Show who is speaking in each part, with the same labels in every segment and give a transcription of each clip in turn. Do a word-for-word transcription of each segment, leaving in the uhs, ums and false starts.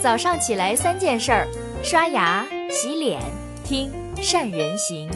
Speaker 1: 早上起来三件事儿：刷牙、洗脸、听善人行。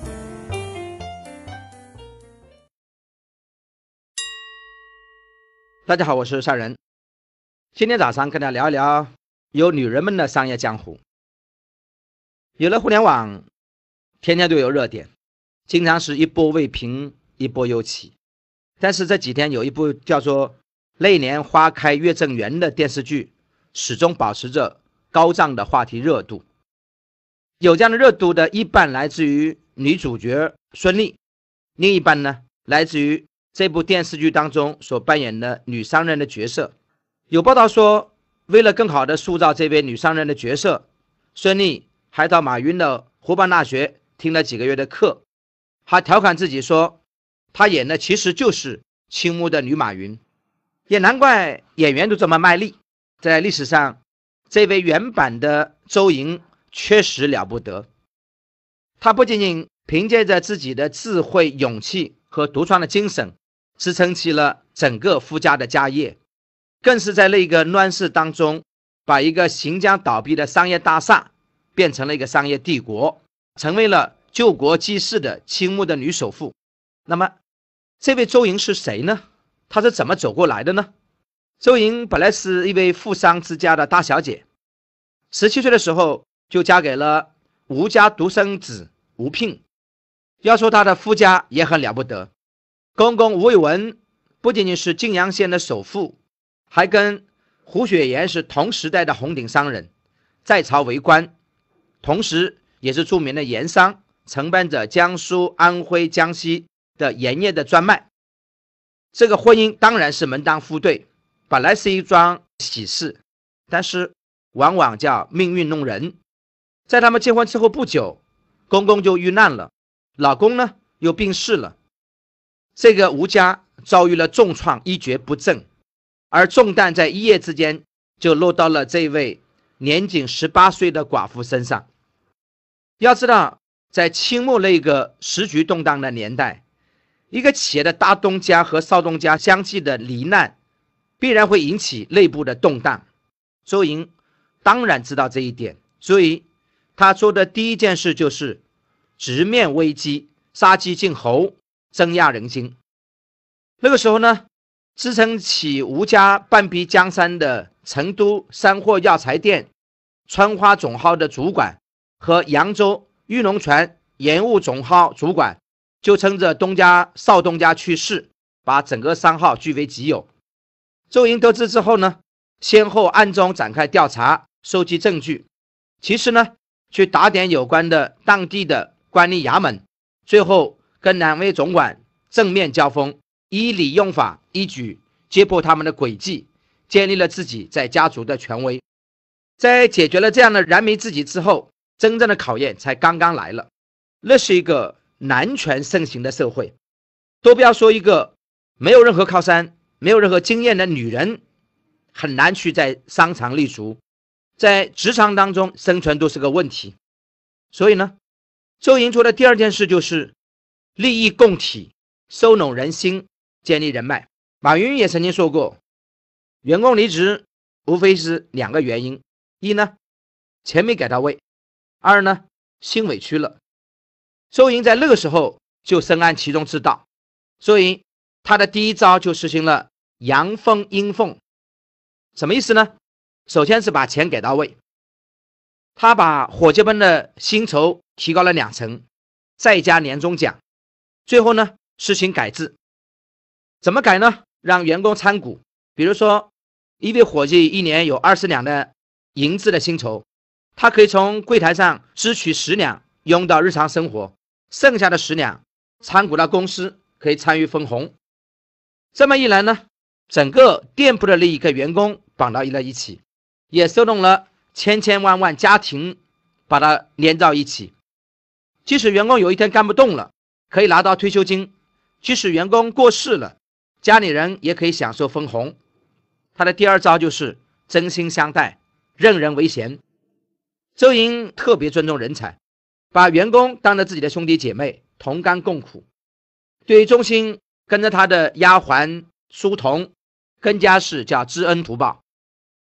Speaker 2: 大家好，我是善人。今天早上跟大家聊一聊有女人们的商业江湖。有了互联网，天天都有热点，经常是一波未平一波又起。但是这几天有一部叫做《那年花开月正圆》的电视剧，始终保持着高涨的话题热度。有这样的热度的一半来自于女主角孙俪，另一半呢来自于这部电视剧当中所扮演的女商人的角色。有报道说，为了更好地塑造这位女商人的角色，孙俪还到马云的湖畔大学听了几个月的课，还调侃自己说她演的其实就是青木的女马云。也难怪演员都这么卖力。在历史上，这位原版的周莹确实了不得。她不仅仅凭借着自己的智慧、勇气和独创的精神支撑起了整个夫家的家业，更是在那个乱世当中把一个行将倒闭的商业大厦变成了一个商业帝国，成为了救国济世的青木的女首富。那么这位周莹是谁呢？她是怎么走过来的呢？周莹本来是一位富商之家的大小姐，十七岁的时候就嫁给了吴家独生子吴聘。要说她的夫家也很了不得，公公吴伟文不仅仅是泾阳县的首富，还跟胡雪岩是同时代的红顶商人，在朝为官，同时也是著名的盐商，承办着江苏、安徽、江西的盐业的专卖。这个婚姻当然是门当户对，本来是一桩喜事，但是往往叫命运弄人。在他们结婚之后不久，公公就遇难了，老公呢又病逝了，这个吴家遭遇了重创，一蹶不振，而重担在一夜之间就落到了这位年仅十八岁的寡妇身上。要知道，在清末那个时局动荡的年代，一个企业的大东家和少东家相继的罹难，必然会引起内部的动荡。周莹当然知道这一点，所以他做的第一件事就是直面危机，杀鸡儆猴，增压人心。那个时候呢，支撑起吴家半壁江山的成都山货药材店川花总号的主管和扬州玉龙泉盐务总号主管，就趁着东家少东家去世，把整个商号据为己有。周莹得知之后呢，先后暗中展开调查，收集证据，其次呢去打点有关的当地的官吏衙门，最后跟两位总管正面交锋，依理用法，一举揭破他们的诡计，建立了自己在家族的权威。在解决了这样的燃眉之急之后，真正的考验才刚刚来了。那是一个男权盛行的社会，都不要说一个没有任何靠山、没有任何经验的女人，很难去在商场立足，在职场当中生存都是个问题。所以呢，周莹做的第二件事就是利益共体，收拢人心，建立人脉。马云也曾经说过，员工离职无非是两个原因：一呢，钱没给到位；二呢，心委屈了。周莹在那个时候就深谙其中之道，所以他的第一招就实行了阳奉阴奉。什么意思呢？首先是把钱给到位，他把伙计们的薪酬提高了两成，再加年终奖，最后呢实行改制。怎么改呢？让员工参股，比如说一位伙计一年有二十两的银子的薪酬，他可以从柜台上支取十两用到日常生活，剩下的十两参股到公司，可以参与分红。这么一来呢，整个店铺的利益跟员工绑到了一起，也收拢了千千万万家庭，把它连到一起。即使员工有一天干不动了，可以拿到退休金；即使员工过世了，家里人也可以享受分红。他的第二招就是真心相待，任人唯贤。周莹特别尊重人才，把员工当着自己的兄弟姐妹，同甘共苦。对于忠心跟着他的丫鬟书童，更加是叫知恩图报。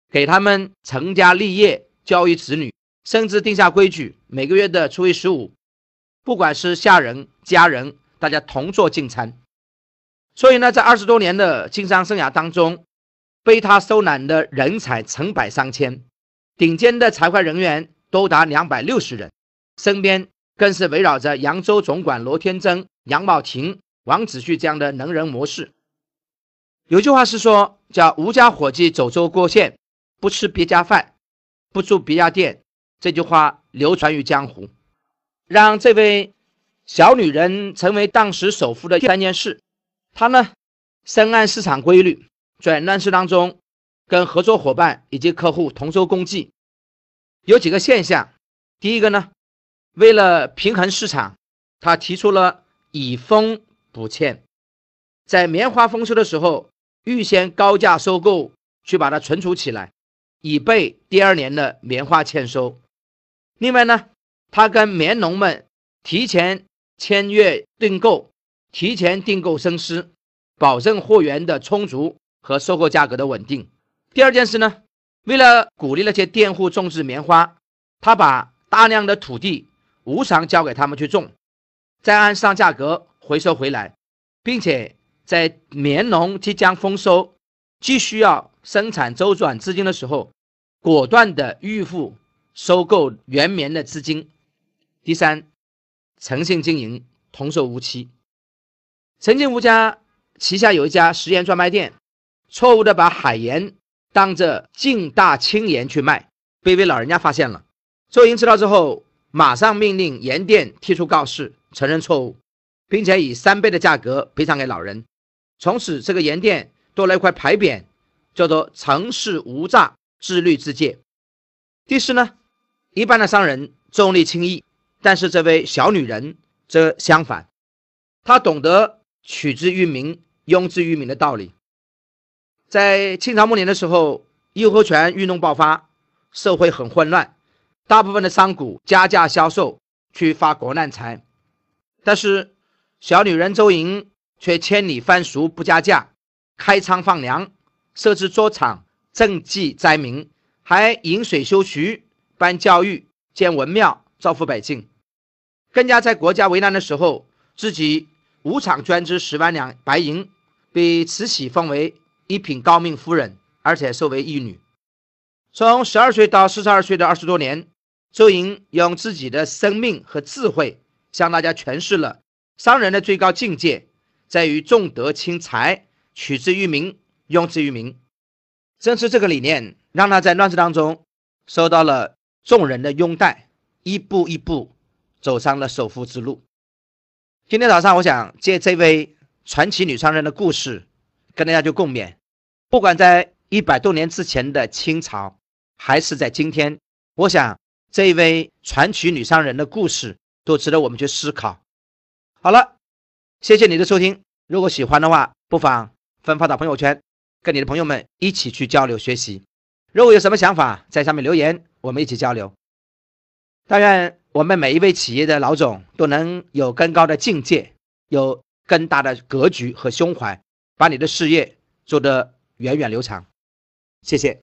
Speaker 2: 给他们成家立业、教育子女，甚至定下规矩，每个月的初一十五，不管是下人、家人，大家同坐进餐。所以呢，在二十多年的经商生涯当中，被他收揽的人才成百上千，顶尖的财会人员多达两百六十人，身边更是围绕着扬州总管罗天珍、杨茂庭、王子旭这样的能人模式。有句话是说，叫无家伙计走州过县，不吃别家饭，不住别家店。这句话流传于江湖，让这位小女人成为当时首富的三件事。她呢，深谙市场规律，在乱世当中跟合作伙伴以及客户同舟共济。有几个现象，第一个呢，为了平衡市场，她提出了以丰补欠，在棉花丰收的时候预先高价收购，去把它存储起来，以备第二年的棉花欠收。另外呢，他跟棉农们提前签约订购，提前订购生丝，保证货源的充足和收购价格的稳定。第二件事呢，为了鼓励那些佃户种植棉花，他把大量的土地无偿交给他们去种，再按市场价格回收回来，并且在棉农即将丰收，既需要生产周转资金的时候，果断的预付收购原棉的资金。第三，诚信经营，童叟无欺。陈进吴家旗下有一家食盐专卖店，错误的把海盐当着劲大轻盐去卖，被一位老人家发现了。周莹知道之后，马上命令盐店提出告示，承认错误，并且以三倍的价格赔偿给老人。从此这个盐店多了一块牌匾，叫做诚实无诈，自律自戒。第四呢，一般的商人重利轻义，但是这位小女人则相反，她懂得取之于民，用之于民的道理。在清朝末年的时候，义和拳运动爆发，社会很混乱，大部分的商贾加价销售去发国难财，但是小女人周莹却千里番俗不加价，开仓放粮，设置桌场，赈济灾民，还引水修渠，办教育，建文庙，造福百姓。更加在国家为难的时候，自己无偿捐资十万两白银，被慈禧封为一品高命夫人，而且收为义女。从十二岁到四十二岁的二十多年，周莹用自己的生命和智慧向大家诠释了商人的最高境界在于重德轻财，取之于民，用之于民。正是这个理念让他在乱世当中受到了众人的拥戴，一步一步走上了首富之路。今天早上我想借这位传奇女商人的故事跟大家就共勉，不管在一百多年之前的清朝，还是在今天，我想这一位传奇女商人的故事都值得我们去思考。好了，谢谢你的收听，如果喜欢的话，不妨分发到朋友圈，跟你的朋友们一起去交流学习。如果有什么想法，在下面留言，我们一起交流。但愿我们每一位企业的老总都能有更高的境界，有更大的格局和胸怀，把你的事业做得源远流长。谢谢。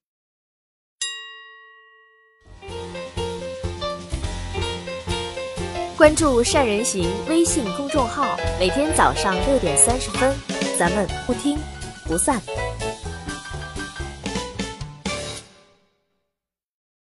Speaker 1: 关注善人行微信公众号，每天早上六点三十分，咱们不听不散。